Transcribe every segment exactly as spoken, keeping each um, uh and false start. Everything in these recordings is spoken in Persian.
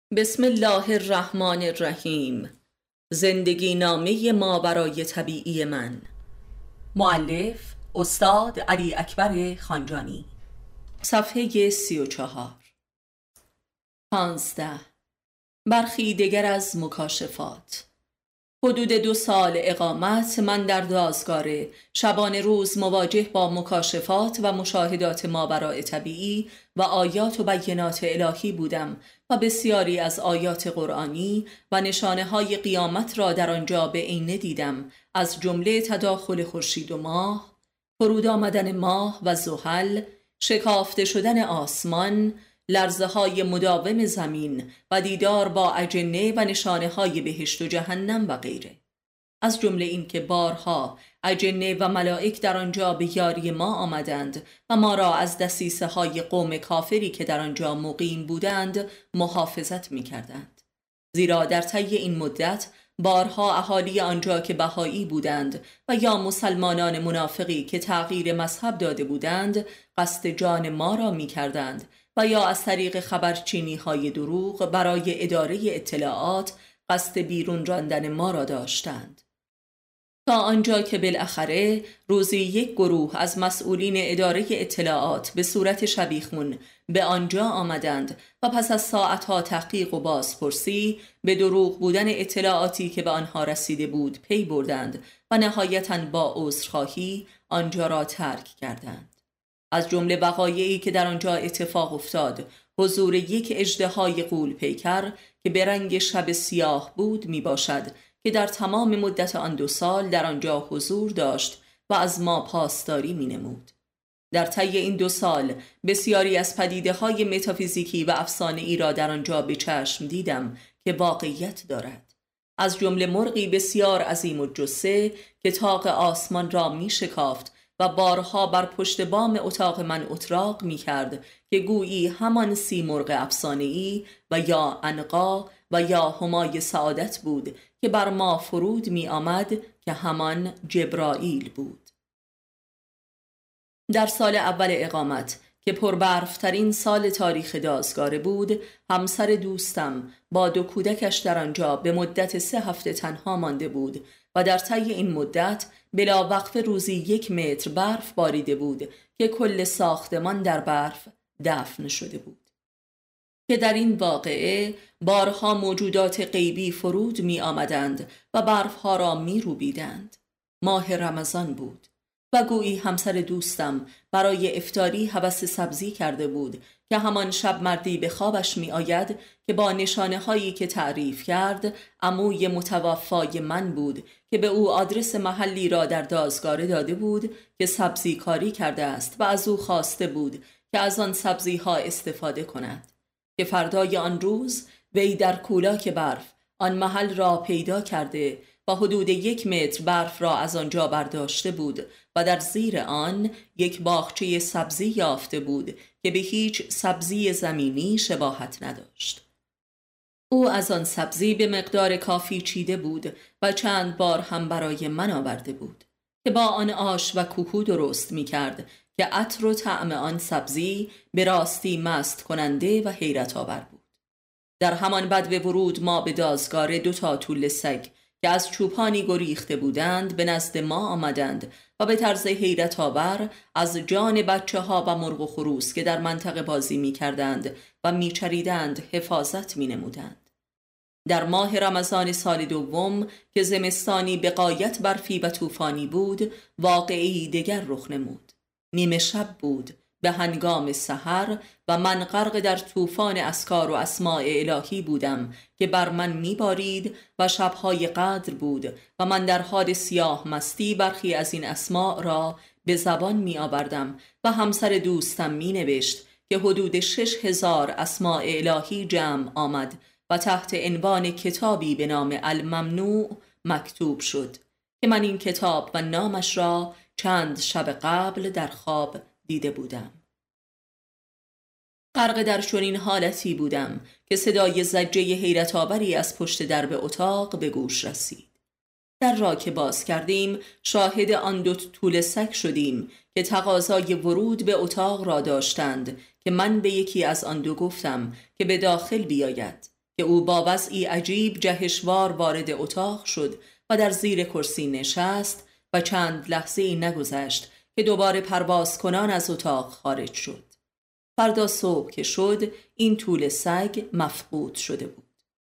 بسم الله الرحمن الرحیم. زندگی نامه ماورای طبیعی من. مؤلف استاد علی اکبر خانجانی. صفحه سی و چهار. پانزده. برخی دیگر از مکاشفات. حدود دو سال اقامت من در دازگاره شبانه روز مواجه با مکاشفات و مشاهدات ماورای طبیعی و آیات و بینات الهی بودم و بسیاری از آیات قرآنی و نشانه های قیامت را در آنجا به عینه دیدم، از جمله تداخل خورشید و ماه، فرود آمدن ماه و زحل، شکافته شدن آسمان، لرزه های مداوم زمین و دیدار با اجنه و نشانه های بهشت و جهنم و غیره. از جمله این که بارها اجنه و ملائک در آنجا به یاری ما آمدند و ما را از دسیسه های قوم کافری که در آنجا مقیم بودند محافظت می کردند. زیرا در طی این مدت بارها اهالی آنجا که بهایی بودند و یا مسلمانان منافقی که تغییر مذهب داده بودند قصد جان ما را می کردند و یا از طریق خبرچینی های دروغ برای اداره اطلاعات قصد بیرون راندن ما را داشتند، تا آنجا که بالاخره روزی یک گروه از مسئولین اداره اطلاعات به صورت شبیخون به آنجا آمدند و پس از ساعتها تحقیق و بازپرسی به دروغ بودن اطلاعاتی که به آنها رسیده بود پی بردند و نهایتاً با عذرخواهی آنجا را ترک کردند. از جمله وقایعی که در آنجا اتفاق افتاد حضور یک اژدهای غول پیکر که به رنگ شب سیاه بود می باشد که در تمام مدت آن دو سال در آنجا حضور داشت و از ما پاسداری می نمود. در طی این دو سال بسیاری از پدیده های متافیزیکی و افسانه ای را در آنجا به چشم دیدم که واقعیت دارد. از جمله مرغی بسیار عظیم الجثه که طاق آسمان را می شکافت و بارها بر پشت بام اتاق من اتراق می کرد که گویی همان سیمرغ افسانه‌ای و یا عنقا و یا همای سعادت بود که بر ما فرود می آمد که همان جبرائیل بود. در سال اول اقامت که پربرفترین سال تاریخ دازگاره بود، همسر دوستم با دو کودکش در آنجا به مدت سه هفته تنها مانده بود و در طی این مدت بلا وقف روزی یک متر برف باریده بود که کل ساختمان در برف دفن شده بود. که در این واقعه بارها موجودات غیبی فرود می آمدند و برفها را می روبیدند. ماه رمضان بود و گویی همسر دوستم برای افطاری هوس سبزی کرده بود که همان شب مردی به خوابش می آید که با نشانه هایی که تعریف کرد عموی متوفای من بود که به او آدرس محلی را در دازگاره داده بود که سبزی کاری کرده است و از او خواسته بود که از آن سبزی ها استفاده کند. که فردای آن روز وی در کولاک برف آن محل را پیدا کرده و حدود یک متر برف را از آنجا برداشته بود و در زیر آن یک باغچه سبزی یافته بود که به هیچ سبزی زمینی شباهت نداشت. او از آن سبزی به مقدار کافی چیده بود و چند بار هم برای من آورده بود که با آن آش و کوکو درست می کرد که عطر و طعم آن سبزی به راستی مست کننده و حیرت آور بود. در همان بدو ورود ما به دازگاره دو تا توله سگ که از چوپانی گریخته بودند به نزد ما آمدند و به طرز حیرت آور از جان بچه ها و مرغ و خروس که در منطقه بازی می کردند و می چریدند حفاظت می نمودند. در ماه رمضان سال دوم که زمستانی به غایت برفی و طوفانی بود، واقعی دیگر رخ نمود. نیمه شب بود به هنگام سحر و من غرق در طوفان اذکار و اسماء الهی بودم که بر من میبارید و شبهای قدر بود و من در حال سیاه مستی برخی از این اسماء را به زبان می آوردم و همسر دوستم می نوشت که حدود شش هزار اسماء الهی جمع آمد و تحت عنوان کتابی به نام الممنوع مکتوب شد که من این کتاب و نامش را چند شب قبل در خواب دیده بودم. غرق در چنین حالتی بودم که صدای زجه حیرت آوری از پشت درب اتاق به گوش رسید. در را که باز کردیم شاهد آن دو توله سگ شدیم که تقاضای ورود به اتاق را داشتند که من به یکی از آن دو گفتم که به داخل بیاید که او با وضعی عجیب جهشوار وارد اتاق شد و در زیر کرسی نشست و چند لحظه ای نگذشت که دوباره پرواز کنان از اتاق خارج شد. فردا صبح که شد این طول سگ مفقود شده بود.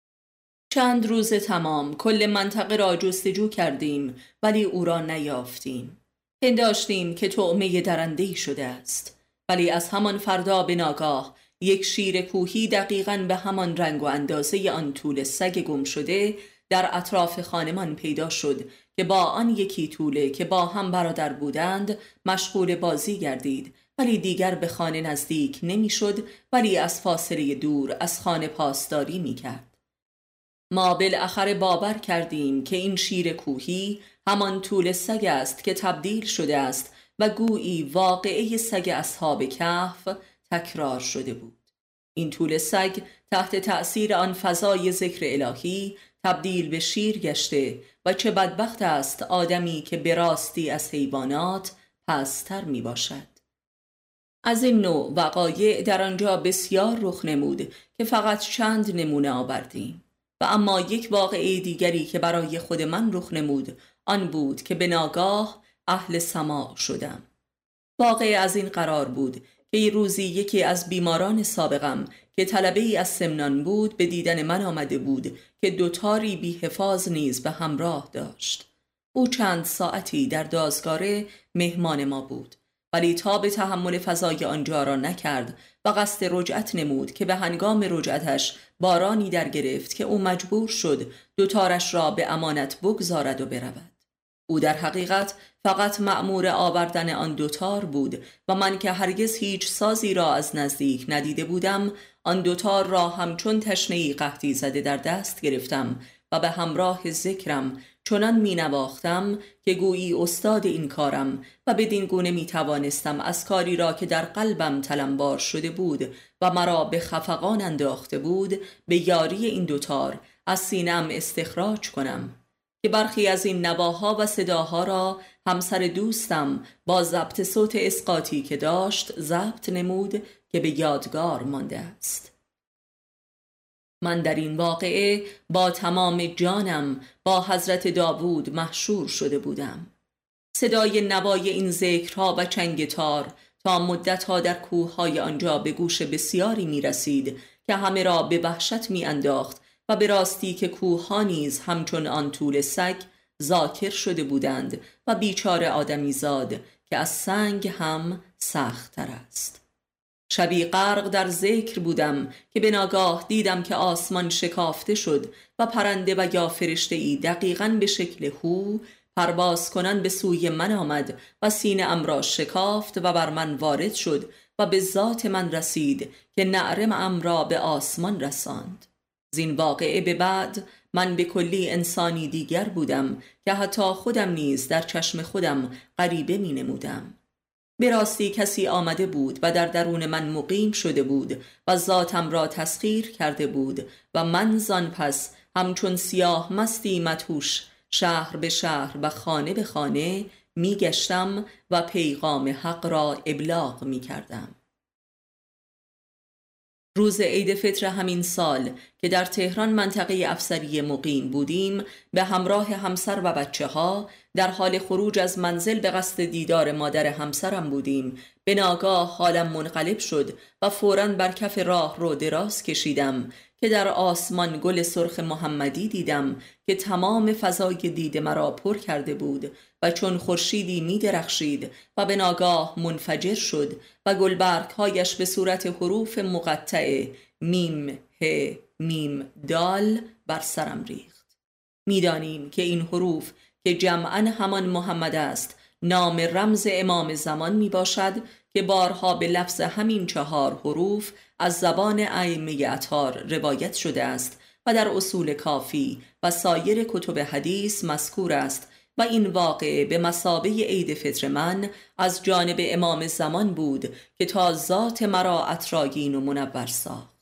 چند روز تمام کل منطقه را جستجو کردیم ولی او را نیافتیم. پنداشتیم که طعمه درنده‌ای شده است، ولی از همان فردا به ناگاه یک شیر کوهی دقیقاً به همان رنگ و اندازه آن طول سگ گم شده در اطراف خانمان پیدا شد که با آن یکی طوله که با هم برادر بودند مشغول بازی گردید، ولی دیگر به خانه نزدیک نمی شد ولی از فاصله دور از خانه پاسداری می کرد. ما بالاخره باور کردیم که این شیر کوهی همان طول سگ است که تبدیل شده است و گویی واقعه سگ اصحاب کهف تکرار شده بود. این طول سگ تحت تأثیر آن فضای ذکر الهی تبدیل به شیر گشته و چه بدبخت است آدمی که به راستی از حیوانات پست‌تر می باشد. از این نوع وقایع در آنجا بسیار رخ نمود که فقط چند نمونه آوردیم. و اما یک واقعه دیگری که برای خود من رخ نمود آن بود که به ناگاه اهل سماع شدم. واقعه از این قرار بود که روزی یکی از بیماران سابقم که طلبه ای از سمنان بود به دیدن من آمده بود که دوتاری بی حفاظ نیز به همراه داشت. او چند ساعتی در دازگاره مهمان ما بود، ولی تاب تحمل فضای آنجا را نکرد و قصد رجعت نمود که به هنگام رجعتش بارانی در گرفت که او مجبور شد دوتارش را به امانت بگذارد و برود. او در حقیقت فقط مأمور آوردن آن دوتار بود و من که هرگز هیچ سازی را از نزدیک ندیده بودم آن دوتار را همچون تشنه‌ای قحطی زده در دست گرفتم و به همراه ذکرم چنان می نواختم که گویی استاد این کارم و بدین گونه می توانستم از کاری را که در قلبم تلمبار شده بود و مرا به خفقان انداخته بود به یاری این دوتار از سینه‌ام استخراج کنم که برخی از این نواها و صداها را همسر دوستم با ضبط صوت اسقاطی که داشت ضبط نمود که به یادگار مانده است. من در این واقعه با تمام جانم با حضرت داوود محشور شده بودم. صدای نوای این ذکرها و چنگ تار تا مدتها در کوههای آنجا به گوش بسیاری می رسید که همه را به وحشت می انداخت و به راستی که کوهها نیز همچون آن طول سگ ذاکر شده بودند و بیچاره آدمی زاد که از سنگ هم سخت تر است. شبی غرق در ذکر بودم که به ناگاه دیدم که آسمان شکافته شد و پرنده و یا فرشته ای دقیقاً به شکل هو پرواز کنن به سوی من آمد و سینه ام را شکافت و بر من وارد شد و به ذات من رسید که نعرم ام را به آسمان رساند. زین واقعه به بعد من به کلی انسانی دیگر بودم که حتی خودم نیز در چشم خودم غریبه می نمودم. به راستی کسی آمده بود و در درون من مقیم شده بود و ذاتم را تسخیر کرده بود و من زان پس همچون سیاه مستی مدهوش شهر به شهر و خانه به خانه می گشتم و پیغام حق را ابلاغ می کردم. روز عید فطر همین سال که در تهران منطقه افسری مقیم بودیم به همراه همسر و بچه ها در حال خروج از منزل به قصد دیدار مادر همسرم بودیم به ناگاه حالم منقلب شد و فوراً بر کف راه رو دراز کشیدم که در آسمان گل سرخ محمدی دیدم که تمام فضای دید مرا پر کرده بود و چون خورشیدی می درخشید و به ناگاه منفجر شد و گلبرگ‌هایش به صورت حروف مقطع میم ه میم دال بر سرم ریخت. میدانیم که این حروف که جمعاً همان محمد است نام رمز امام زمان می باشد که بارها به لفظ همین چهار حروف از زبان ائمه اطهار روایت شده است و در اصول کافی و سایر کتب حدیث مذکور است و این واقعه به مثابه عید فطر من از جانب امام زمان بود که تا ذات مرا عطرآگین و منور ساخت.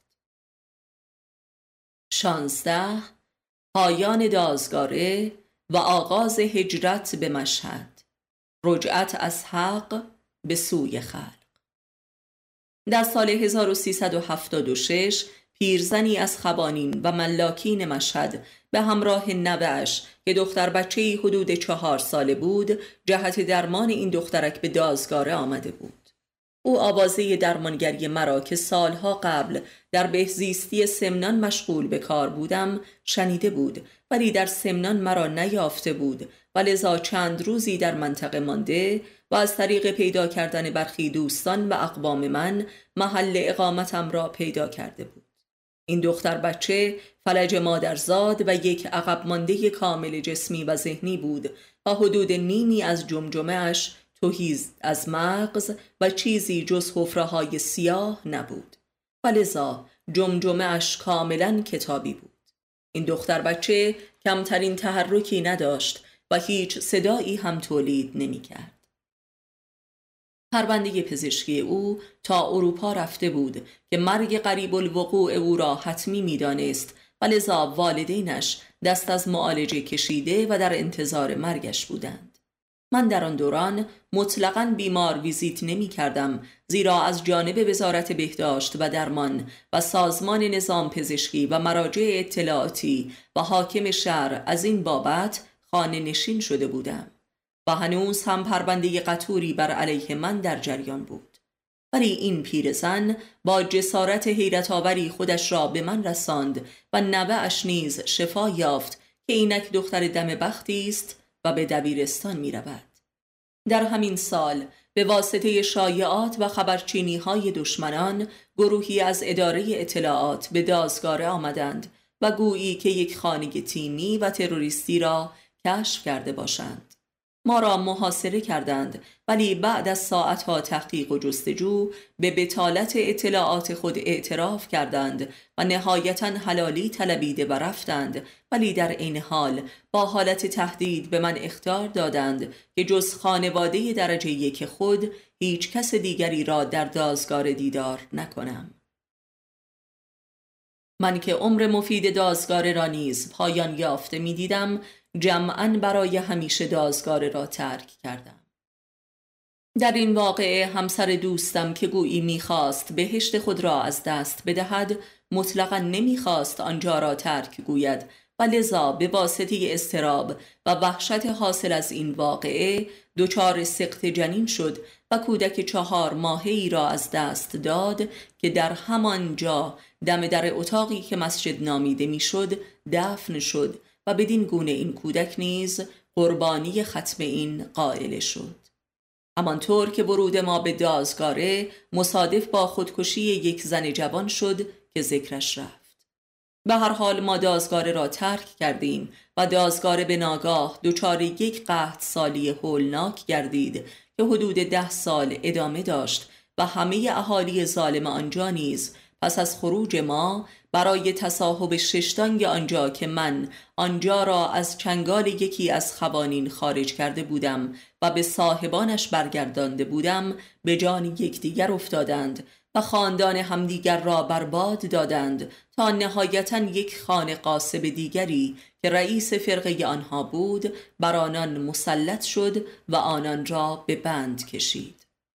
شانزده پایان دازگاره و آغاز هجرت به مشهد، رجعت از حق به سوی خلق. در سال هزار و سیصد و هفتاد و شش پیرزنی از خبانین و ملاکین مشهد به همراه نوه‌اش که دختر بچه‌ای حدود چهار ساله بود جهت درمان این دخترک به دازگاره آمده بود. او آوازه درمانگری مرا که سالها قبل در بهزیستی سمنان مشغول به کار بودم شنیده بود، ولی در سمنان مرا نیافته بود و لذا چند روزی در منطقه مانده و از طریق پیدا کردن برخی دوستان و اقوام من محل اقامتم را پیدا کرده بود. این دختر بچه فلج مادرزاد و یک عقب مانده کامل جسمی و ذهنی بود و حدود نیمی از جمجمه اش توهیز از مغز و چیزی جز حفره‌های سیاه نبود و لذا جمجمه اش کاملا کتابی بود. این دختر بچه کمترین تحرکی نداشت و هیچ صدایی هم تولید نمی کرد. پرونده پزشکی او تا اروپا رفته بود که مرگ قریب الوقوع او را حتمی می دانست و لذا والدینش دست از معالجه کشیده و در انتظار مرگش بودند. من در آن دوران مطلقاً بیمار ویزیت نمی کردم، زیرا از جانب وزارت بهداشت و درمان و سازمان نظام پزشکی و مراجع اطلاعاتی و حاکم شهر از این بابت خانه نشین شده بودم و هنوز هم پرونده قطوری بر علیه من در جریان بود. ولی این پیرزن با جسارت حیرت آوری خودش را به من رساند و نوه‌اش نیز شفا یافت که اینک دختر دم بختی است و به دبیرستان می رود. در همین سال به واسطه شایعات و خبرچینی های دشمنان گروهی از اداره اطلاعات به دازگاره آمدند و گویی که یک خانه تیمی و تروریستی را کشف کرده باشند. ما را محاصره کردند، ولی بعد از ساعتها تحقیق و جستجو به بطالت اطلاعات خود اعتراف کردند و نهایتاً حلالی طلبیده و رفتند، ولی در این حال با حالت تهدید به من اخطار دادند که جز خانواده درجه یک خود هیچ کس دیگری را در دازگاه دیدار نکنم. من که عمر مفید دازگاه را نیز پایان یافته می دیدم، جمعاً برای همیشه دازگاه را ترک کردم. در این واقعه همسر دوستم که گویی می‌خواست بهشت خود را از دست بدهد مطلقاً نمی‌خواست آنجا را ترک گوید و لذا به واسطه اضطراب و وحشت حاصل از این واقعه دچار سقط جنین شد و کودک چهار ماهه‌ای را از دست داد که در همان جا دم در اتاقی که مسجد نامیده میشد دفن شد و بدین گونه این کودک نیز قربانی ختم این قائل شد. همانطور که ورود ما به دازگاره مصادف با خودکشی یک زن جوان شد که ذکرش رفت. به هر حال ما دازگاره را ترک کردیم و دازگاره به ناگاه دچار یک قحط سالی هولناک گردید که حدود ده سال ادامه داشت و همه اهالی ظالم آنجا نیز پس از خروج ما برای تصاحب ششتانگ آنجا که من آنجا را از چنگال یکی از خوانین خارج کرده بودم و به صاحبانش برگردانده بودم به جان یکدیگر افتادند و خاندان همدیگر را برباد دادند تا نهایتاً یک خان غاصب دیگری که رئیس فرقه آنها بود بر آنان مسلط شد و آنان را به بند کشید.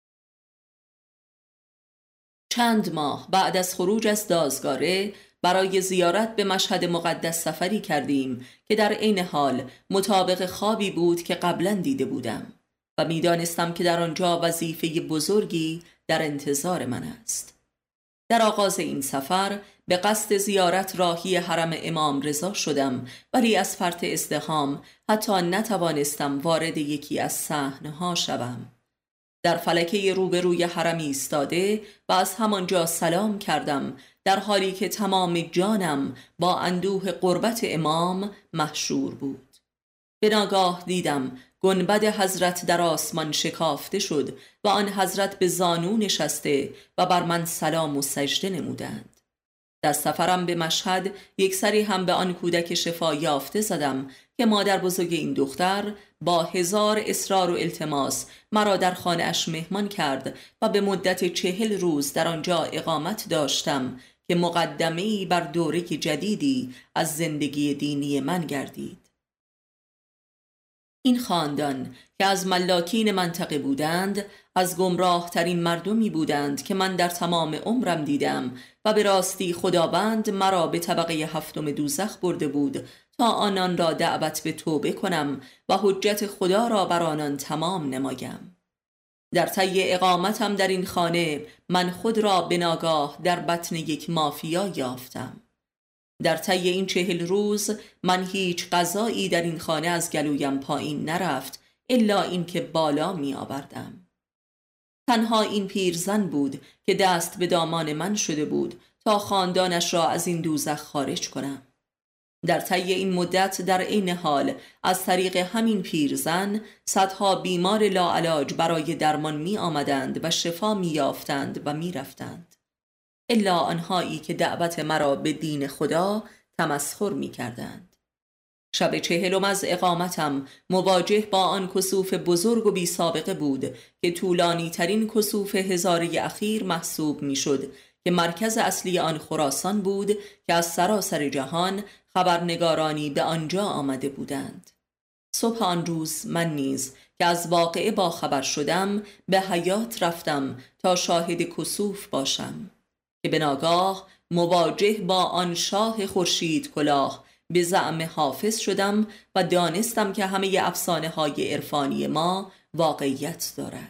چند ماه بعد از خروج از دازگاره برای زیارت به مشهد مقدس سفری کردیم که در عین حال مطابق خوابی بود که قبلا دیده بودم و میدانستم که در آنجا وظیفه بزرگی در انتظار من است. در آغاز این سفر به قصد زیارت راهی حرم امام رضا شدم، ولی از فرط ازدحام حتی نتوانستم وارد یکی از صحنها شوم. در فلکه روبروی حرم ایستاده و از همانجا سلام کردم، در حالی که تمام جانم با اندوه قربت امام محشور بود. به ناگاه دیدم گنبد حضرت در آسمان شکافته شد و آن حضرت به زانو نشسته و بر من سلام و سجده نمودند. در سفرم به مشهد یک سری هم به آن کودک شفا یافته زدم که مادر بزرگ این دختر با هزار اصرار و التماس مرا در خانه اش مهمان کرد و به مدت چهل روز در آنجا اقامت داشتم که مقدمه‌ای بر دوره جدیدی از زندگی دینی من گردید. این خاندان که از ملاکین منطقه بودند از گمراه ترین مردمی بودند که من در تمام عمرم دیدم و به راستی خداوند مرا به طبقه هفتم دوزخ برده بود تا آنان را دعوت به توبه کنم و حجت خدا را بر آنان تمام نمایم. در طی اقامتم در این خانه من خود را به ناگاه در بطن یک مافیا یافتم. در طی این چهل روز من هیچ غذایی در این خانه از گلویم پایین نرفت الا این که بالا می آوردم. تنها این پیرزن بود که دست به دامان من شده بود تا خاندانش را از این دوزخ خارج کنم. در طی این مدت در عین حال از طریق همین پیرزن صدها بیمار لاعلاج برای درمان می آمدند و شفا می یافتند و می رفتند، الا آنهایی که دعوت مرا به دین خدا تمسخر می کردند. شب چهلم از اقامتم مواجه با آن کسوف بزرگ و بی سابقه بود که طولانی ترین کسوف هزاره اخیر محسوب می شد که مرکز اصلی آن خراسان بود که از سراسر جهان خبرنگارانی به آنجا آمده بودند. صبح آن روز من نیز که از واقعه با خبر شدم به حیات رفتم تا شاهد کسوف باشم که به ناگاه مواجه با آن شاه خورشید کلاه به زعم حافظ شدم و دانستم که همه افسانه های عرفانی ما واقعیت دارد.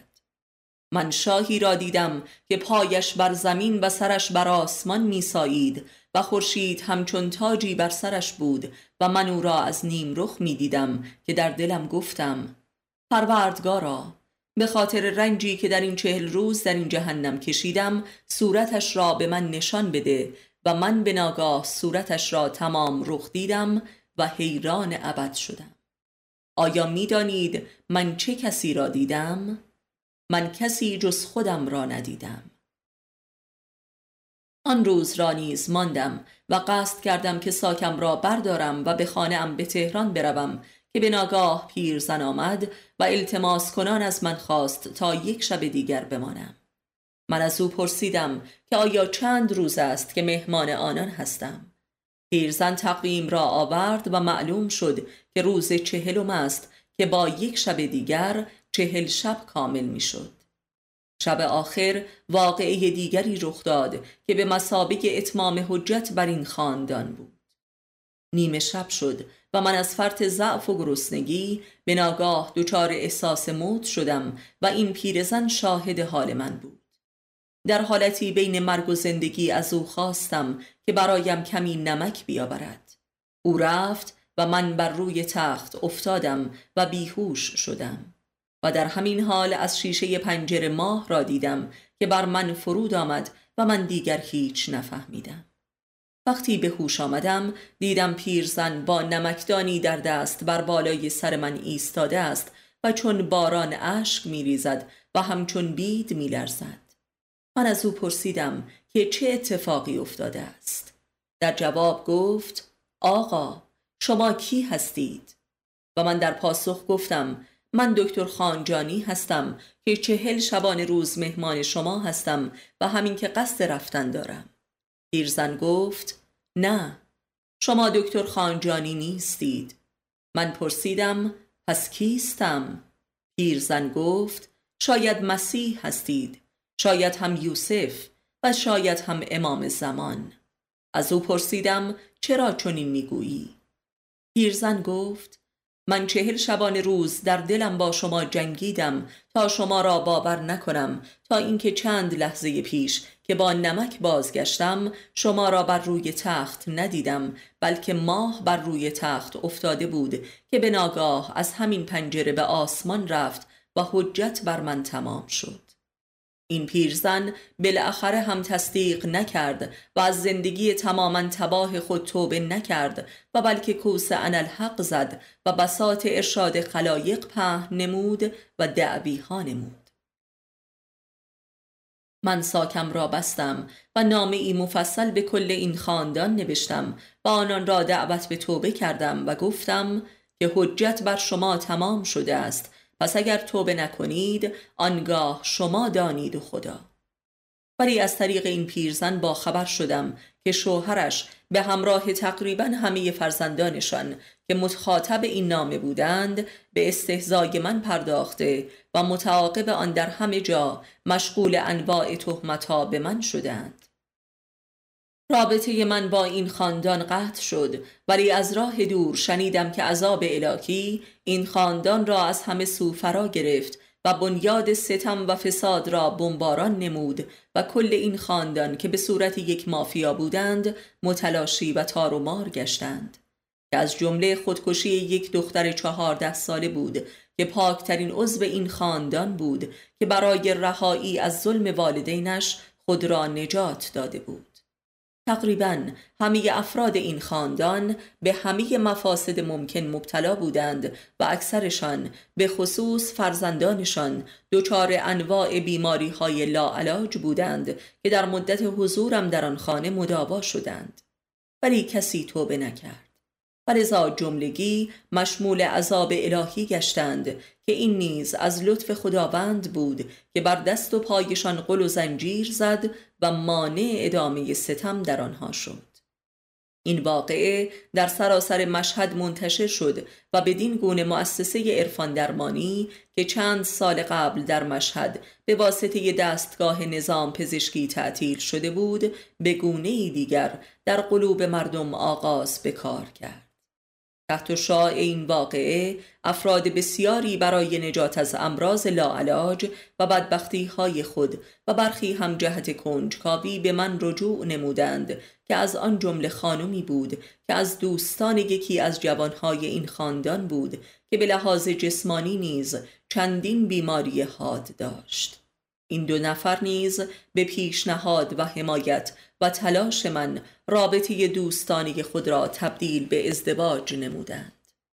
من شاهی را دیدم که پایش بر زمین و سرش بر آسمان میسایید و خورشید همچون تاجی بر سرش بود و من او را از نیم رخ می دیدم که در دلم گفتم پروردگارا، به خاطر رنجی که در این چهل روز در این جهنم کشیدم صورتش را به من نشان بده. و من به ناگاه صورتش را تمام رخ دیدم و حیران ابد شدم. آیا می دانید من چه کسی را دیدم؟ من کسی جز خودم را ندیدم. آن روز را نیز ماندم و قصد کردم که ساکم را بردارم و به خانه ام به تهران بروم که به ناگاه پیرزن آمد و التماس کنان از من خواست تا یک شب دیگر بمانم. من از او پرسیدم که آیا چند روز است که مهمان آنان هستم. پیرزن تقویم را آورد و معلوم شد که روز چهلم است که با یک شب دیگر چهل شب کامل می شد. شب آخر واقعه دیگری رخ داد که به مثابه اتمام حجت بر این خاندان بود. نیمه شب شد و من از فرط ضعف و گرسنگی به ناگاه دچار احساس موت شدم و این پیرزن شاهد حال من بود. در حالتی بین مرگ و زندگی از او خواستم که برایم کمی نمک بیاورد. او رفت و من بر روی تخت افتادم و بیهوش شدم و در همین حال از شیشه پنجره ماه را دیدم که بر من فرود آمد و من دیگر هیچ نفهمیدم. وقتی به هوش آمدم دیدم پیرزن با نمکدانی در دست بر بالای سر من ایستاده است و چون باران اشک می ریزد و همچون بید می لرزد. من از او پرسیدم که چه اتفاقی افتاده است. در جواب گفت آقا شما کی هستید؟ و من در پاسخ گفتم من دکتر خانجانی هستم که چهل شبانه روز مهمان شما هستم و همین که قصد رفتن دارم. پیرزن گفت نه، شما دکتر خانجانی نیستید. من پرسیدم پس کیستم؟ پیرزن گفت شاید مسیح هستید، شاید هم یوسف و شاید هم امام زمان. از او پرسیدم چرا چنین میگویی؟ پیرزن گفت من چهل شبانه روز در دلم با شما جنگیدم تا شما را باور نکنم، تا اینکه چند لحظه پیش که با نمک بازگشتم شما را بر روی تخت ندیدم، بلکه ماه بر روی تخت افتاده بود که به ناگاه از همین پنجره به آسمان رفت و حجت بر من تمام شد. این پیرزن بالاخره هم تصدیق نکرد و از زندگی تماما تباه خود توبه نکرد و بلکه کوس انالحق زد و بساط ارشاد خلایق پهن نمود و دعوی ها نمود. من ساکم را بستم و نامه ای مفصل به کل این خاندان نوشتم و آنان را دعوت به توبه کردم و گفتم که حجت بر شما تمام شده است، پس اگر توبه نکنید آنگاه شما دانید و خدا. ولی از طریق این پیرزن با خبر شدم که شوهرش به همراه تقریبا همه فرزندانشان که متخاطب این نامه بودند به استهزای من پرداخته و متعاقب آن در همه جا مشغول انواع تهمت‌ها به من شدند. رابطه من با این خاندان قطع شد، ولی از راه دور شنیدم که عذاب الهی این خاندان را از همه سو فرا گرفت و بنیاد ستم و فساد را بمباران نمود و کل این خاندان که به صورت یک مافیا بودند متلاشی و تار و مار گشتند، که از جمله خودکشی یک دختر چهارده ساله بود که پاکترین عضو این خاندان بود که برای رهایی از ظلم والدینش خود را نجات داده بود. تقریباً همه افراد این خاندان به همه مفاسد ممکن مبتلا بودند و اکثرشان به خصوص فرزندانشان دچار انواع بیماری های لاعلاج بودند که در مدت حضورم در آن خانه مداوا شدند، ولی کسی توبه نکرد. فلذا جملگی مشمول عذاب الهی گشتند که این نیز از لطف خداوند بود که بر دست و پایشان غل و زنجیر زد و مانع ادامه ستم در آنها شد. این واقعه در سراسر مشهد منتشر شد و بدین گونه مؤسسه عرفان درمانی که چند سال قبل در مشهد به واسطه دستگاه نظام پزشکی تعطیل شده بود به گونه‌ای دیگر در قلوب مردم آغاز به کار کرد. تحت شعاع این واقعه افراد بسیاری برای نجات از امراض لاعلاج و بدبختی های خود و برخی هم جهت کنجکاوی به من رجوع نمودند که از آن جمله خانمی بود که از دوستان یکی از جوانهای این خاندان بود که به لحاظ جسمانی نیز چندین بیماری حاد داشت. این دو نفر نیز به پیشنهاد و حمایت و تلاش من رابطه دوستانی خود را تبدیل به ازدواج نمودند.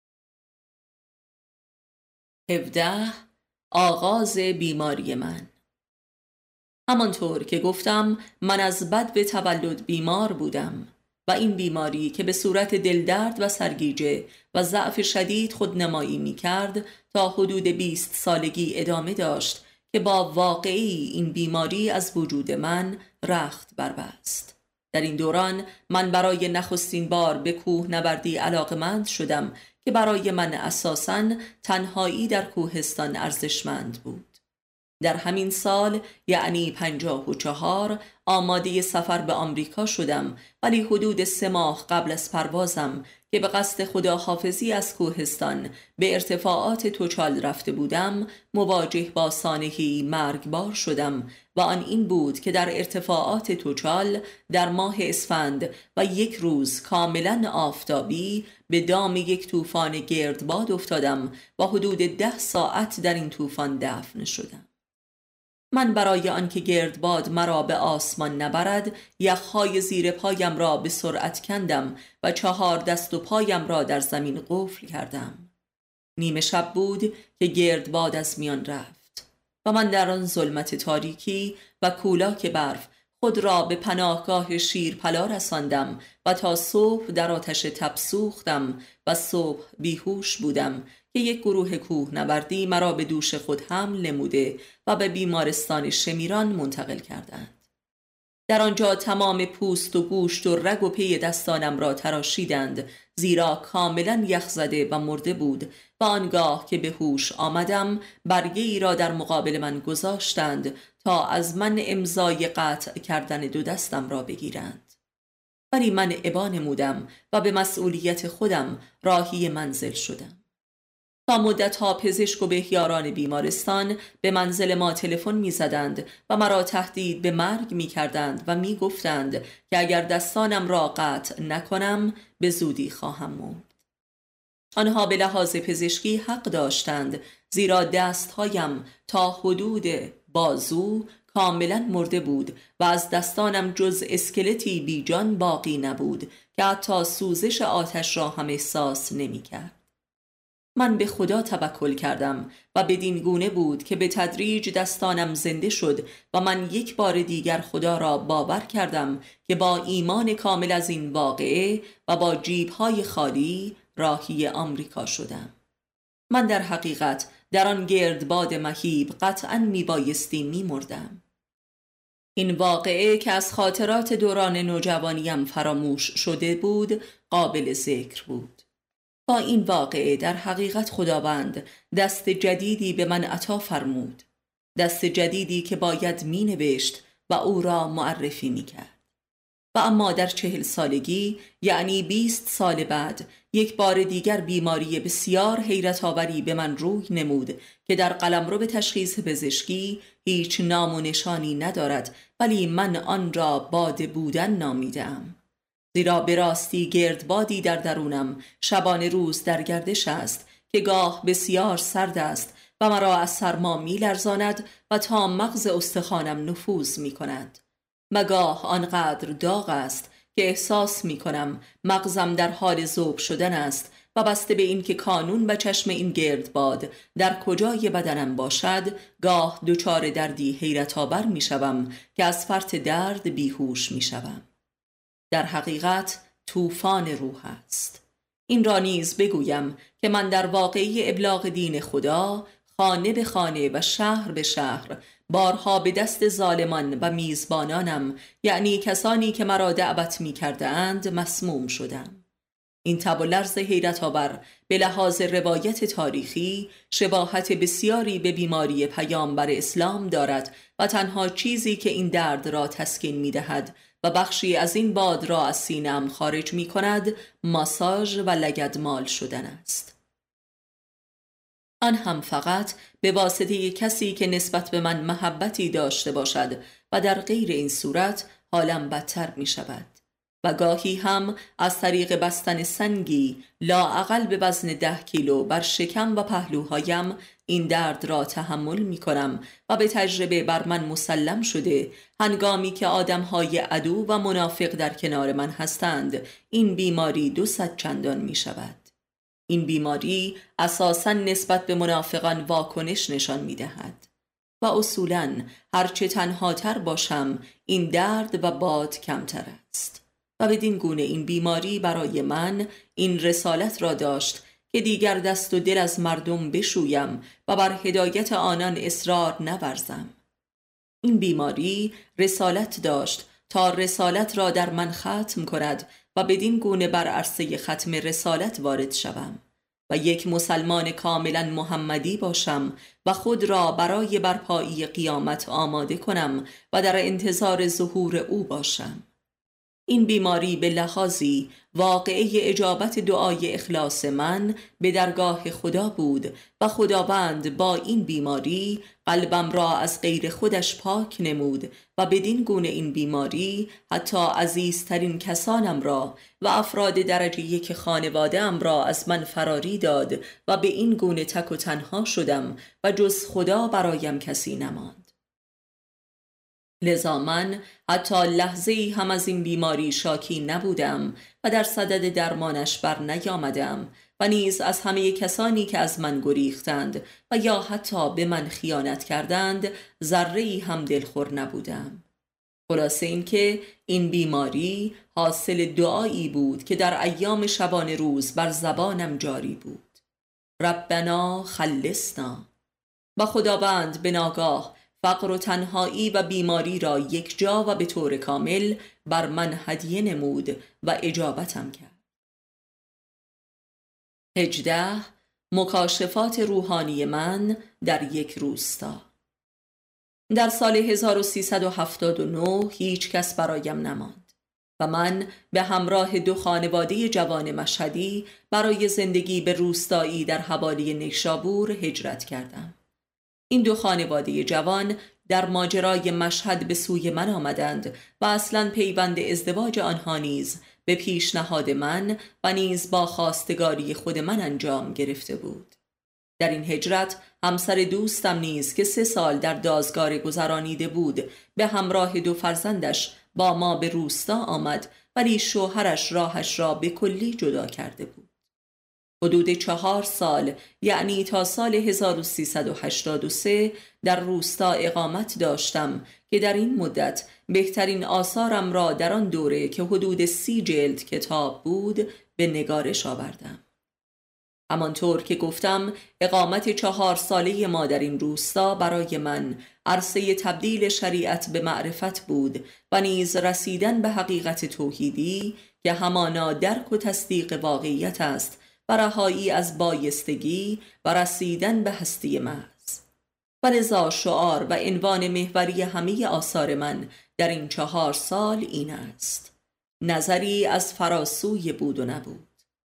هفده. آغاز بیماری من. همانطور که گفتم من از بد به تولد بیمار بودم و این بیماری که به صورت دلدرد و سرگیجه و ضعف شدید خودنمایی می کرد تا حدود بیست سالگی ادامه داشت که با واقعی این بیماری از وجود من رخت بربست. در این دوران من برای نخستین بار به کوهنوردی علاقمند شدم که برای من اساساً تنهایی در کوهستان ارزشمند بود. در همین سال یعنی پنجاه و چهار آماده سفر به آمریکا شدم، ولی حدود سه ماه قبل از پروازم که به قصد خداحافظی از کوهستان به ارتفاعات توچال رفته بودم مواجه با سانحه‌ای مرگبار شدم و آن این بود که در ارتفاعات توچال در ماه اسفند و یک روز کاملا آفتابی به دام یک طوفان گردباد افتادم و حدود ده ساعت در این طوفان دفن شدم. من برای آنکه گردباد مرا به آسمان نبرد یخهای زیر پایم را به سرعت کندم و چهار دست و پایم را در زمین قفل کردم. نیمه شب بود که گردباد از میان رفت و من در آن ظلمت تاریکی و کولاک برف خود را به پناهگاه شیرپلا رساندم و تا صبح در آتش تب سوختم و صبح بیهوش بودم که یک گروه کوهنوردی مرا به دوش خود حمل نموده و به بیمارستان شمیران منتقل کردند. در آنجا تمام پوست و گوشت و رگ و پی دستانم را تراشیدند، زیرا کاملا یخ زده و مرده بود و آنگاه که به هوش آمدم برگه ای را در مقابل من گذاشتند تا از من امضای قطع کردن دو دستم را بگیرند. ولی من ابا نمودم و به مسئولیت خودم راهی منزل شدم. تا مدت‌ها پزشک و بهیاران بیمارستان به منزل ما تلفن می‌زدند و مرا تهدید به مرگ می‌کردند و می‌گفتند که اگر دستانم را قطع نکنم به زودی خواهم مرد. آنها به لحاظ پزشکی حق داشتند، زیرا دستهایم تا حدود بازو کاملا مرده بود و از دستانم جز اسکلتی بی جان باقی نبود که حتی سوزش آتش را هم احساس نمی‌کرد. من به خدا توکل کردم و بدین گونه بود که به تدریج دستانم زنده شد و من یک بار دیگر خدا را باور کردم که با ایمان کامل از این واقعه و با جیب‌های خالی راهی آمریکا شدم. من در حقیقت در آن گردباد مهیب قطعاً میبایستی میمردم. این واقعه که از خاطرات دوران نوجوانیم فراموش شده بود قابل ذکر بود. با این واقعه در حقیقت خداوند دست جدیدی به من عطا فرمود، دست جدیدی که باید می نوشت و او را معرفی می کرد. و اما در چهل سالگی، یعنی بیست سال بعد، یک بار دیگر بیماری بسیار حیرت آوری به من روی نمود که در قلمرو به تشخیص پزشکی هیچ نام و نشانی ندارد، ولی من آن را باد بودن نامیدم. زیرا به راستی گردبادی در درونم شبانه روز در گردش است که گاه بسیار سرد است و مرا از سرما می لرزاند و تا مغز استخوانم نفوذ می کند. و گاه آنقدر داغ است که احساس می کنم مغزم در حال ذوب شدن است و بسته به این که کانون و چشم این گردباد در کجای بدنم باشد، گاه دچار دردی حیرت آور می شوم که از فرط درد بیهوش می شوم. در حقیقت طوفان روح است. این را نیز بگویم که من در واقعی ابلاغ دین خدا خانه به خانه و شهر به شهر بارها به دست ظالمان و میزبانانم، یعنی کسانی که مرا دعوت می کرده اند، مسموم شدم. این تب و لرز حیرت آور به لحاظ روایت تاریخی شباهت بسیاری به بیماری پیامبر اسلام دارد و تنها چیزی که این درد را تسکین می دهد و بخشی از این باد را از سینه‌ام خارج می کند ماساژ و لگدمال شدن است. آن هم فقط به واسطه کسی که نسبت به من محبتی داشته باشد و در غیر این صورت حالم بدتر می شود. و گاهی هم از طریق بستن سنگی لااقل به وزن ده کیلو بر شکم و پهلوهایم این درد را تحمل می کنم و به تجربه بر من مسلم شده هنگامی که آدمهای عدو و منافق در کنار من هستند این بیماری دو صد چندان می شود. این بیماری اساساً نسبت به منافقان واکنش نشان می دهد و اصولاً هرچه تنها تر باشم این درد و باد کمتر است. و بدین گونه این بیماری برای من این رسالت را داشت که دیگر دست و دل از مردم بشویم و بر هدایت آنان اصرار نورزم. این بیماری رسالت داشت تا رسالت را در من ختم کند و بدین گونه بر عرصه ختم رسالت وارد شوم و یک مسلمان کاملا محمدی باشم و خود را برای برپایی قیامت آماده کنم و در انتظار ظهور او باشم. این بیماری به لحاظی واقعه اجابت دعای اخلاص من به درگاه خدا بود و خداوند با این بیماری قلبم را از غیر خودش پاک نمود و بدین گونه این بیماری حتی عزیزترین کسانم را و افراد درجه یک خانواده ام را از من فراری داد و به این گونه تک و تنها شدم و جز خدا برایم کسی نماند. لذا من حتی لحظه‌ای هم از این بیماری شاکی نبودم و در صدد درمانش بر نیامدم و نیز از همه کسانی که از من گریختند و یا حتی به من خیانت کردند ذره‌ای هم دلخور نبودم. خلاصه این که این بیماری حاصل دعایی بود که در ایام شبانه روز بر زبانم جاری بود: ربنا خلصنا. و خداوند به ناگاه فقر و تنهایی و بیماری را یک جا و به طور کامل بر من هدیه نمود و اجابتم کرد. هجده مکاشفات روحانی من در یک روستا. در سال هزار و سیصد و هفتاد و نه هیچ کس برایم نماند و من به همراه دو خانواده جوان مشهدی برای زندگی به روستایی در حوالی نیشابور هجرت کردم. این دو خانواده جوان در ماجرای مشهد به سوی من آمدند و اصلاً پیوند ازدواج آنها نیز به پیشنهاد من و نیز با خواستگاری خود من انجام گرفته بود. در این هجرت همسر دوستم نیز که سه سال در دازگاه گذرانیده بود به همراه دو فرزندش با ما به روستا آمد، ولی شوهرش راهش را به کلی جدا کرده بود. حدود چهار سال، یعنی تا سال هزار و سیصد و هشتاد و سه در روستا اقامت داشتم که در این مدت بهترین آثارم را در آن دوره که حدود سی جلد کتاب بود به نگارش آوردم. همانطور که گفتم اقامت چهار ساله ما در این روستا برای من عرصه تبدیل شریعت به معرفت بود و نیز رسیدن به حقیقت توحیدی که همانا درک و تصدیق واقعیت است و رهایی از بایستگی و رسیدن به هستی محض. و لذا شعار و عنوان محوری همه آثار من در این چهار سال این است: نظری از فراسوی بود و نبود.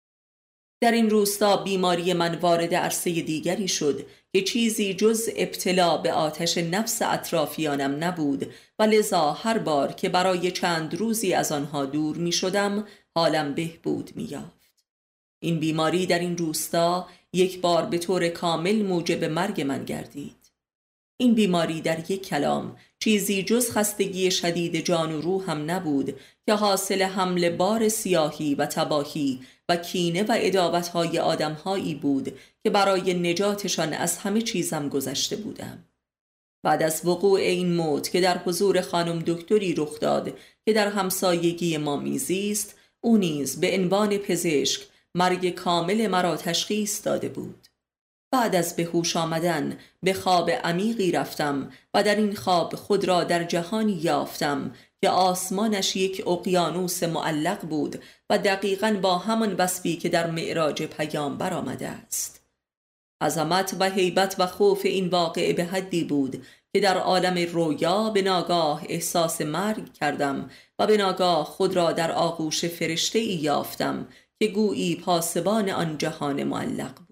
در این روستا بیماری من وارد عرصه دیگری شد که چیزی جز ابتلا به آتش نفس اطرافیانم نبود و لذا هر بار که برای چند روزی از آنها دور می شدم حالم بهبود می یافت. این بیماری در این روستا یک بار به طور کامل موجب مرگ من گردید. این بیماری در یک کلام چیزی جز خستگی شدید جان و روح هم نبود که حاصل حمل بار سیاهی و تباهی و کینه و عداوت‌های آدم‌هایی بود که برای نجاتشان از همه چیزم گذشته بودم. بعد از وقوع این موت که در حضور خانم دکتری رخ داد که در همسایگی ما میزیست، او نیز به عنوان پزشک مرگ کامل مرا تشخیص داده بود. بعد از به هوش آمدن به خواب عمیقی رفتم و در این خواب خود را در جهانی یافتم که آسمانش یک اقیانوس معلق بود و دقیقاً با همان وصفی که در معراج پیامبر آمده است. عظمت و هیبت و خوف این واقعه به حدی بود که در عالم رویا به ناگاه احساس مرگ کردم و به ناگاه خود را در آغوش فرشته ای یافتم که گویی پاسبان آن جهان معلق بود.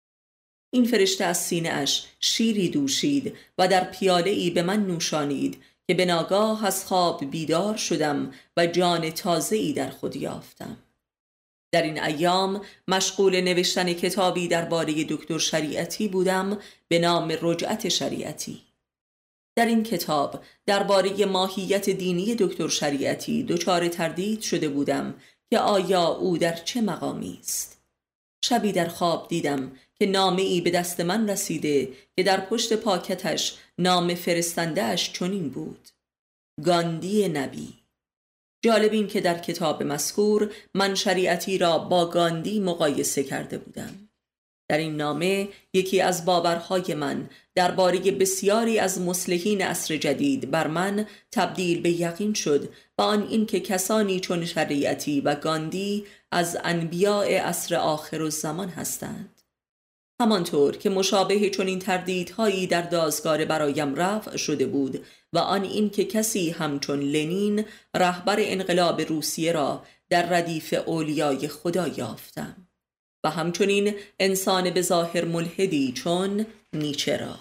این فرشته از سینه اش شیری دوشید و در پیاله ای به من نوشانید که به ناگاه از خواب بیدار شدم و جان تازه‌ای در خود یافتم. در این ایام مشغول نوشتن کتابی درباره دکتر شریعتی بودم به نام رجعت شریعتی. در این کتاب درباره ماهیت دینی دکتر شریعتی دچار تردید شده بودم که آیا او در چه مقامی است. شبی در خواب دیدم که نامه ای به دست من رسیده که در پشت پاکتش نام فرستنده‌اش چنین بود: گاندی نبی. جالب این که در کتاب مذکور من شریعتی را با گاندی مقایسه کرده بودم. در این نامه یکی از باورهای من درباره بسیاری از مصلحین عصر جدید بر من تبدیل به یقین شد و آن این که کسانی چون شریعتی و گاندی از انبیاء عصر آخر الزمان هستند. همانطور که مشابه چون این تردیدهایی در دازگار برایم رفع شده بود و آن این که کسی همچون لنین رهبر انقلاب روسیه را در ردیف اولیای خدا یافتم و همچنین انسان به ظاهر ملحدی چون نیچه را.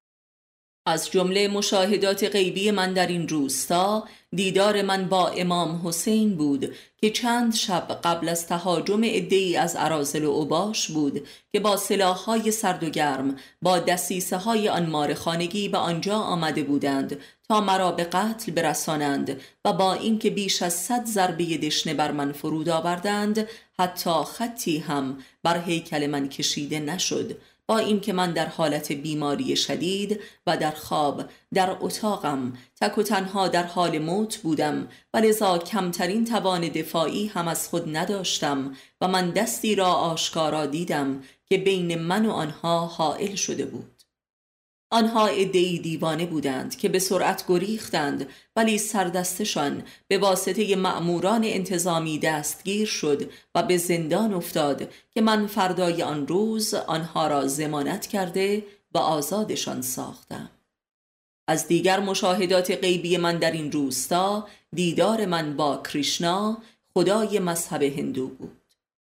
از جمله مشاهدات غیبی من در این روستا دیدار من با امام حسین بود که چند شب قبل از تهاجم عده‌ای از اراذل و اوباش بود که با سلاح‌های سرد و گرم با دسیسه‌های آن مارخانگی به آنجا آمده بودند تا مرا به قتل برسانند و با اینکه بیش از صد ضربه دشنه بر من فرود آوردند حتی خطی هم بر هیکل من کشیده نشد، با اینکه من در حالت بیماری شدید و در خواب در اتاقم تک و تنها در حال موت بودم و لذا کمترین توان دفاعی هم از خود نداشتم و من دستی را آشکارا دیدم که بین من و آنها حائل شده بود. آنها عده‌ای دیوانه بودند که به سرعت گریختند، ولی سردستشان به واسطه مأموران انتظامی دستگیر شد و به زندان افتاد که من فردای آن روز آنها را ضمانت کرده و آزادشان ساختم. از دیگر مشاهدات غیبی من در این روستا دیدار من با کریشنا، خدای مذهب هندو بود.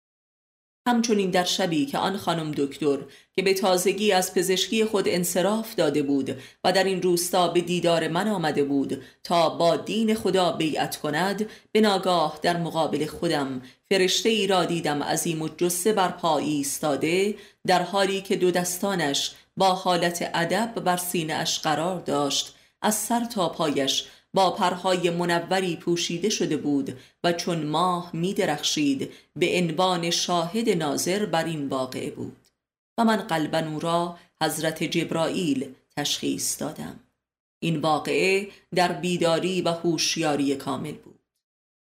همچنین در شبی که آن خانم دکتر که به تازگی از پزشکی خود انصراف داده بود و در این روستا به دیدار من آمده بود تا با دین خدا بیعت کند، به ناگاه در مقابل خودم فرشته ای را دیدم عظیم و جثه بر پا ایستاده، در حالی که دو دستانش با حالت ادب بر سینه اش قرار داشت، از سر تا پایش با پرهای منوری پوشیده شده بود و چون ماه می درخشید به عنوان شاهد ناظر بر این واقعه بود و من قلباً او را حضرت جبرائیل تشخیص دادم. این واقعه در بیداری و هوشیاری کامل بود.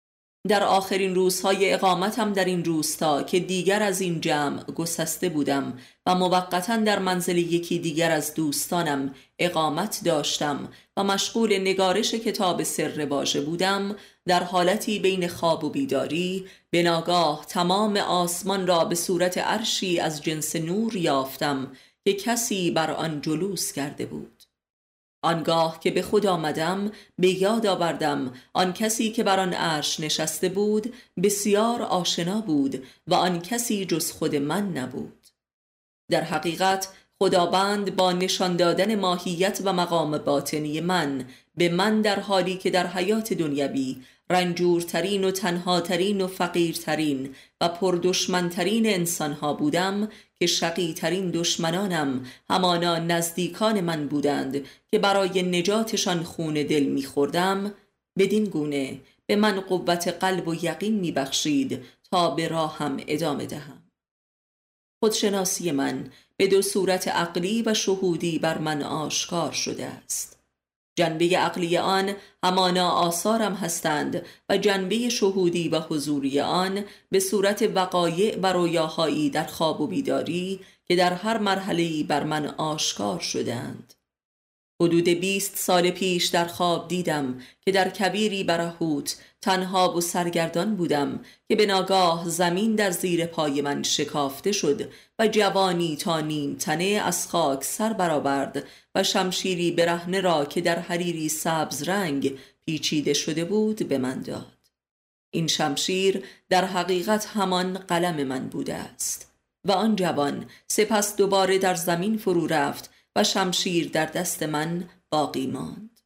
در آخرین روزهای اقامتم در این روستا که دیگر از این جمع گسسته بودم و موقتا در منزل یکی دیگر از دوستانم اقامت داشتم و مشغول نگارش کتاب سر واژه بودم، در حالتی بین خواب و بیداری به ناگاه تمام آسمان را به صورت عرشی از جنس نور یافتم که کسی بر آن جلوس کرده بود. آنگاه که به خود آمدم به یاد آوردم آن کسی که بر آن عرش نشسته بود بسیار آشنا بود و آن کسی جز خود من نبود. در حقیقت خداوند با نشان دادن ماهیت و مقام باطنی من به من در حالی که در حیات دنیوی رنجورترین و تنهاترین و فقیرترین و پردشمنترین انسانها بودم که شقیترین دشمنانم همانا نزدیکان من بودند که برای نجاتشان خون دل می‌خوردم، بدین گونه به من قوت قلب و یقین می‌بخشید تا به راهم ادامه دهم. خودشناسی من به دو صورت عقلی و شهودی بر من آشکار شده است. جنبه عقلی آن همانا آثارم هستند و جنبه شهودی و حضوری آن به صورت وقایع و رویاهایی در خواب و بیداری که در هر مرحله‌ای بر من آشکار شدند. حدود بیست سال پیش در خواب دیدم که در کویری برهوت تنها و سرگردان بودم که به ناگاه زمین در زیر پای من شکافته شد و جوانی تا نیم تنه از خاک سر برآورد و شمشیری برهنه را که در حریری سبز رنگ پیچیده شده بود به من داد. این شمشیر در حقیقت همان قلم من بوده است و آن جوان سپس دوباره در زمین فرو رفت و شمشیر در دست من باقی ماند.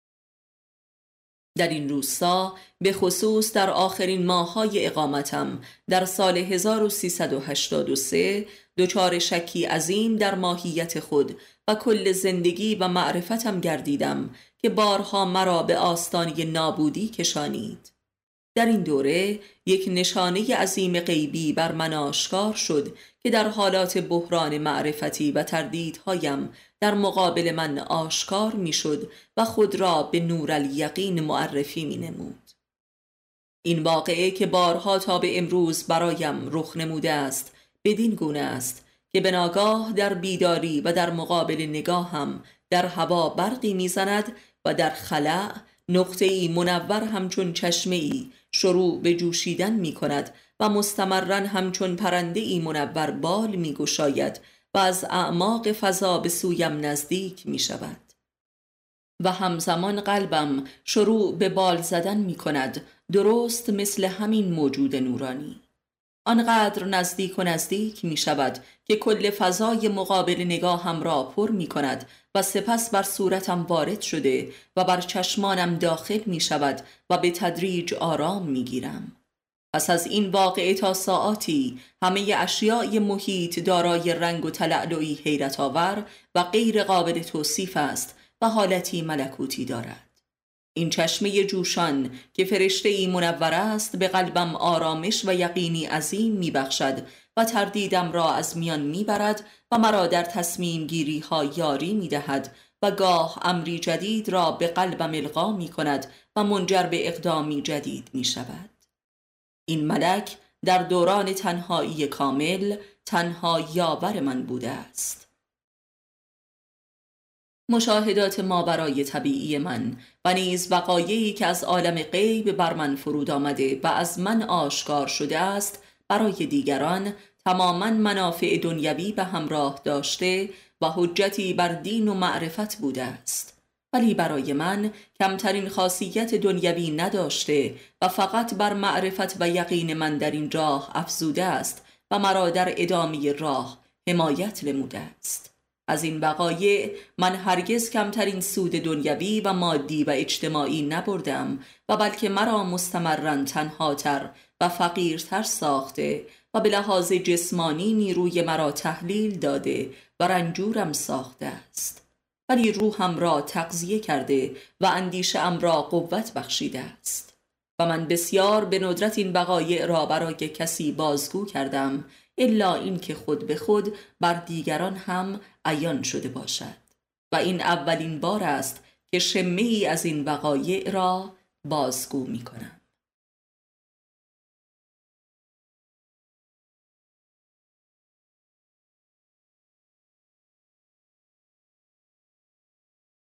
در این روستا به خصوص در آخرین ماه‌های اقامتم در سال هزار و سیصد و هشتاد و سه دچار شکی عظیم در ماهیت خود و کل زندگی و معرفتم گردیدم که بارها مرا به آستانه نابودی کشانید. در این دوره یک نشانه عظیم غیبی بر من آشکار شد که در حالات بحران معرفتی و تردیدهایم در مقابل من آشکار می شد و خود را به نور الیقین معرفی می نمود. این واقعه که بارها تا به امروز برایم رخ نموده است بدین گونه است که به ناگاه در بیداری و در مقابل نگاهم در هوا برقی می زند و در خلأ نقطه‌ای منور همچون چشمه‌ای شروع به جوشیدن می کند و مستمراً همچون پرنده‌ای منور بال می گشاید و از اعماق فضا به سویم نزدیک می شود و همزمان قلبم شروع به بال زدن می کند، درست مثل همین موجود نورانی. آنقدر نزدیک و نزدیک می شود که کل فضای مقابل نگاهم را پر می کند و سپس بر صورتم وارد شده و بر چشمانم داخل می شود و به تدریج آرام می گیرم. پس از این واقعه تا ساعاتی همه اشیاء محیط دارای رنگ و تلألؤی حیرت آور و غیر قابل توصیف است و حالتی ملکوتی دارد. این چشمه جوشان که فرشته ای منور است به قلبم آرامش و یقینی عظیم می بخشد و تردیدم را از میان می برد و مرا در تصمیم گیری ها یاری می دهد و گاه امری جدید را به قلبم القا می کند و منجر به اقدامی جدید می شود. این ملک در دوران تنهایی کامل تنها یاور من بوده است. مشاهدات ماورای طبیعی من و نیز وقایعی که از عالم غیب بر من فرود آمده و از من آشکار شده است برای دیگران تماما منافع دنیوی به همراه داشته و حجتی بر دین و معرفت بوده است، ولی برای من کمترین خاصیت دنیوی نداشته و فقط بر معرفت و یقین من در این راه افزوده است و مرا در ادامه راه حمایت نموده است. از این وقایع من هرگز کمترین سود دنیوی و مادی و اجتماعی نبردم و بلکه مرا مستمراً تنهاتر و فقیرتر ساخته و به لحاظ جسمانی نیروی مرا تحلیل داده و رنجورم ساخته است، ولی روحم را تغذیه کرده و اندیشه‌ام را قوت بخشیده است و من بسیار به ندرت این وقایع را برای کسی بازگو کردم الا این که خود به خود بر دیگران هم عیان شده باشد و این اولین بار است که شمه‌ای از این وقایع را بازگو می کنم.